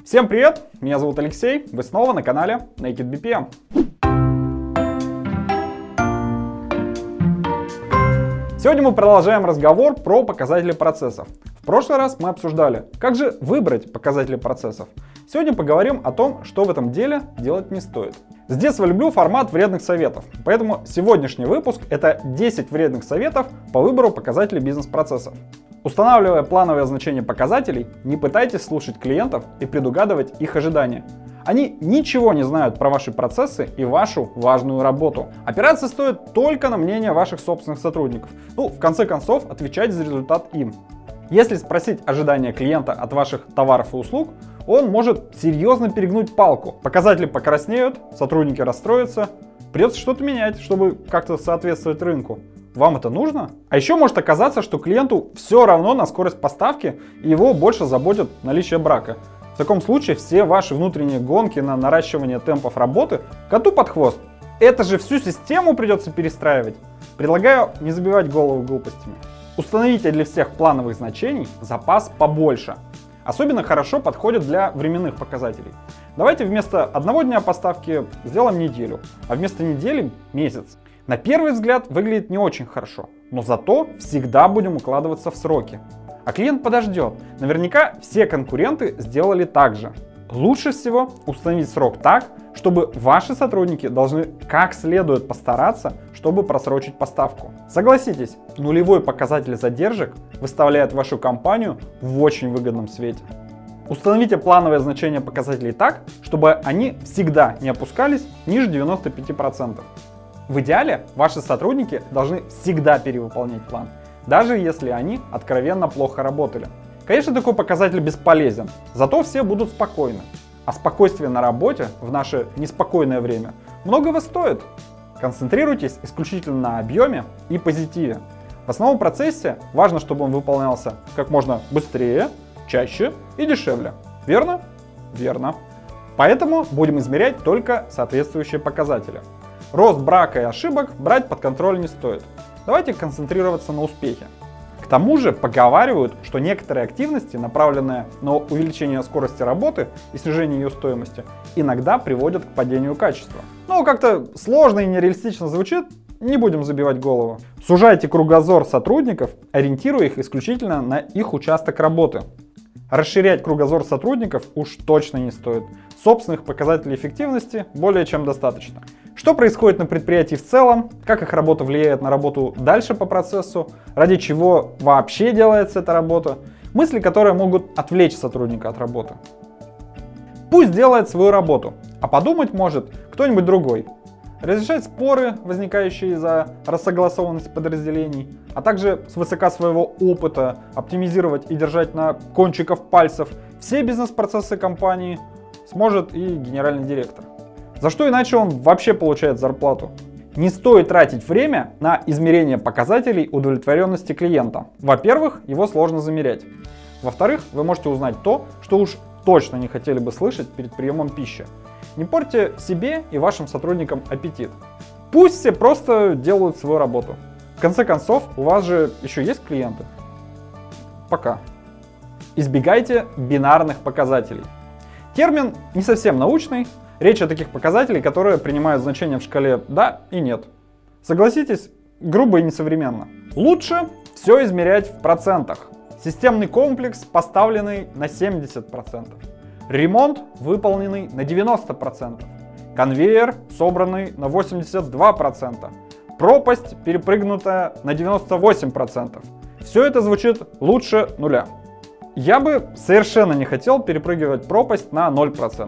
Всем привет! Меня зовут Алексей, вы снова на канале Naked BPM. Сегодня мы продолжаем разговор про показатели процессов. В прошлый раз мы обсуждали, как же выбрать показатели процессов. Сегодня поговорим о том, что в этом деле делать не стоит. С детства люблю формат вредных советов, поэтому сегодняшний выпуск — это 10 вредных советов по выбору показателей бизнес-процессов. Устанавливая плановое значение показателей, не пытайтесь слушать клиентов и предугадывать их ожидания. Они ничего не знают про ваши процессы и вашу важную работу. Опираться стоит только на мнение ваших собственных сотрудников. В конце концов, отвечать за результат им. Если спросить ожидания клиента от ваших товаров и услуг, он может серьезно перегнуть палку. Показатели покраснеют, сотрудники расстроятся, придется что-то менять, чтобы как-то соответствовать рынку. Вам это нужно? А еще может оказаться, что клиенту все равно на скорость поставки, и его больше заботит наличие брака. В таком случае все ваши внутренние гонки на наращивание темпов работы коту под хвост. Это же всю систему придется перестраивать. Предлагаю не забивать голову глупостями. Установите для всех плановых значений запас побольше. Особенно хорошо подходит для временных показателей. Давайте вместо одного дня поставки сделаем неделю, а вместо недели месяц. На первый взгляд выглядит не очень хорошо, но зато всегда будем укладываться в сроки. А клиент подождет. Наверняка все конкуренты сделали так же. Лучше всего установить срок так, чтобы ваши сотрудники должны как следует постараться, чтобы просрочить поставку. Согласитесь, нулевой показатель задержек выставляет вашу компанию в очень выгодном свете. Установите плановое значение показателей так, чтобы они всегда не опускались ниже 95%. В идеале ваши сотрудники должны всегда перевыполнять план, даже если они откровенно плохо работали. Конечно, такой показатель бесполезен, зато все будут спокойны. А спокойствие на работе в наше неспокойное время многого стоит. Концентрируйтесь исключительно на объеме и позитиве. В основном процессе важно, чтобы он выполнялся как можно быстрее, чаще и дешевле. Верно? Верно. Поэтому будем измерять только соответствующие показатели. Рост брака и ошибок брать под контроль не стоит. Давайте концентрироваться на успехе. К тому же поговаривают, что некоторые активности, направленные на увеличение скорости работы и снижение ее стоимости, иногда приводят к падению качества. Как-то сложно и нереалистично звучит, не будем забивать голову. Сужайте кругозор сотрудников, ориентируя их исключительно на их участок работы. Расширять кругозор сотрудников уж точно не стоит. Собственных показателей эффективности более чем достаточно. Что происходит на предприятии в целом, как их работа влияет на работу дальше по процессу, ради чего вообще делается эта работа, мысли, которые могут отвлечь сотрудника от работы. Пусть делает свою работу, а подумать может кто-нибудь другой. Разрешать споры, возникающие из-за рассогласованности подразделений, а также свысока своего опыта оптимизировать и держать на кончиках пальцев все бизнес-процессы компании сможет и генеральный директор. За что иначе он вообще получает зарплату? Не стоит тратить время на измерение показателей удовлетворенности клиента. Во-первых, его сложно замерять. Во-вторых, вы можете узнать то, что уж точно не хотели бы слышать перед приемом пищи. Не портите себе и вашим сотрудникам аппетит. Пусть все просто делают свою работу. В конце концов, у вас же еще есть клиенты. Пока. Избегайте бинарных показателей. Термин не совсем научный. Речь о таких показателях, которые принимают значение в шкале «да» и «нет». Согласитесь, грубо и несовременно. Лучше все измерять в процентах. Системный комплекс, поставленный на 70%. Ремонт, выполненный на 90%. Конвейер, собранный на 82%. Пропасть, перепрыгнутая на 98%. Все это звучит лучше нуля. Я бы совершенно не хотел перепрыгивать пропасть на 0%.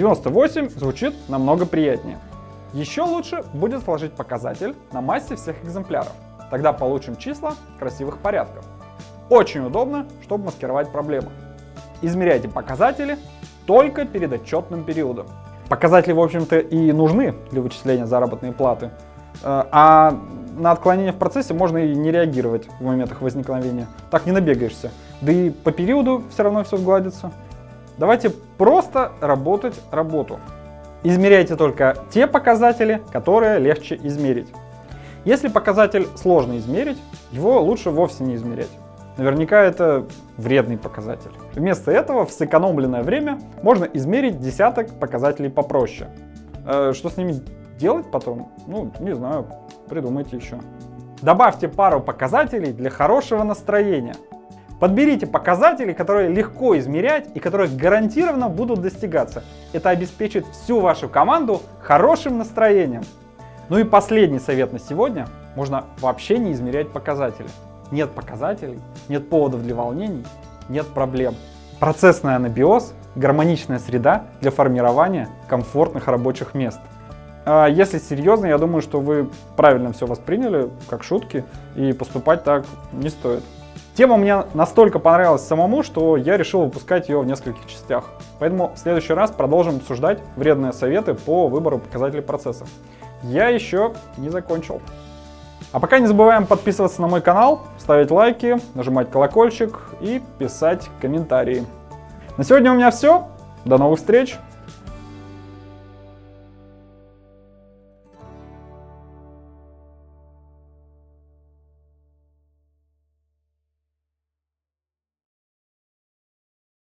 98 звучит намного приятнее. Еще лучше будет сложить показатель на массе всех экземпляров. Тогда получим числа красивых порядков. Очень удобно, чтобы маскировать проблемы. Измеряйте показатели только перед отчетным периодом. Показатели, в общем-то, и нужны для вычисления заработной платы. А на отклонение в процессе можно и не реагировать в моментах возникновения. Так не набегаешься. Да и по периоду все равно все сгладится. Давайте просто работать работу. Измеряйте только те показатели, которые легче измерить. Если показатель сложно измерить, его лучше вовсе не измерять. Наверняка это вредный показатель. Вместо этого в сэкономленное время можно измерить десяток показателей попроще. Что с ними делать потом? Ну, не знаю, придумайте еще. Добавьте пару показателей для хорошего настроения. Подберите показатели, которые легко измерять и которые гарантированно будут достигаться. Это обеспечит всю вашу команду хорошим настроением. Ну и последний совет на сегодня. Можно вообще не измерять показатели. Нет показателей, нет поводов для волнений, нет проблем. Процессный анабиоз – гармоничная среда для формирования комфортных рабочих мест. Если серьезно, я думаю, что вы правильно все восприняли, как шутки, и поступать так не стоит. Тема мне настолько понравилась самому, что я решил выпускать ее в нескольких частях. Поэтому в следующий раз продолжим обсуждать вредные советы по выбору показателей процессов. Я еще не закончил. А пока не забываем подписываться на мой канал, ставить лайки, нажимать колокольчик и писать комментарии. На сегодня у меня все. До новых встреч!